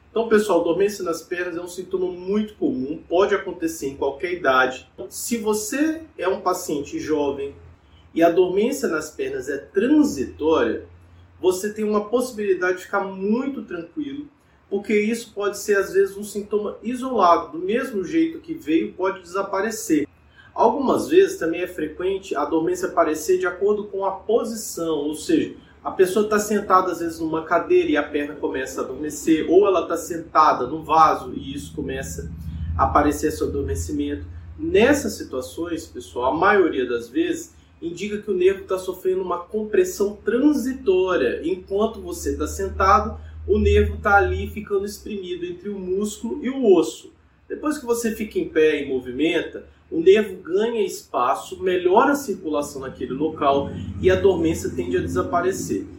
Então, pessoal, dormência nas pernas é um sintoma muito comum, pode acontecer em qualquer idade. Se você é um paciente jovem e a dormência nas pernas é transitória, você tem uma possibilidade de ficar muito tranquilo, porque isso pode ser, às vezes, um sintoma isolado, do mesmo jeito que veio, pode desaparecer. Algumas vezes também é frequente a dormência aparecer de acordo com a posição, ou seja, a pessoa está sentada às vezes numa cadeira e a perna começa a adormecer, ou ela está sentada no vaso e isso começa a aparecer esse adormecimento. Nessas situações, pessoal, a maioria das vezes indica que o nervo está sofrendo uma compressão transitória. Enquanto você está sentado, o nervo está ali ficando espremido entre o músculo e o osso. Depois que você fica em pé e movimenta, o nervo ganha espaço, melhora a circulação naquele local e a dormência tende a desaparecer.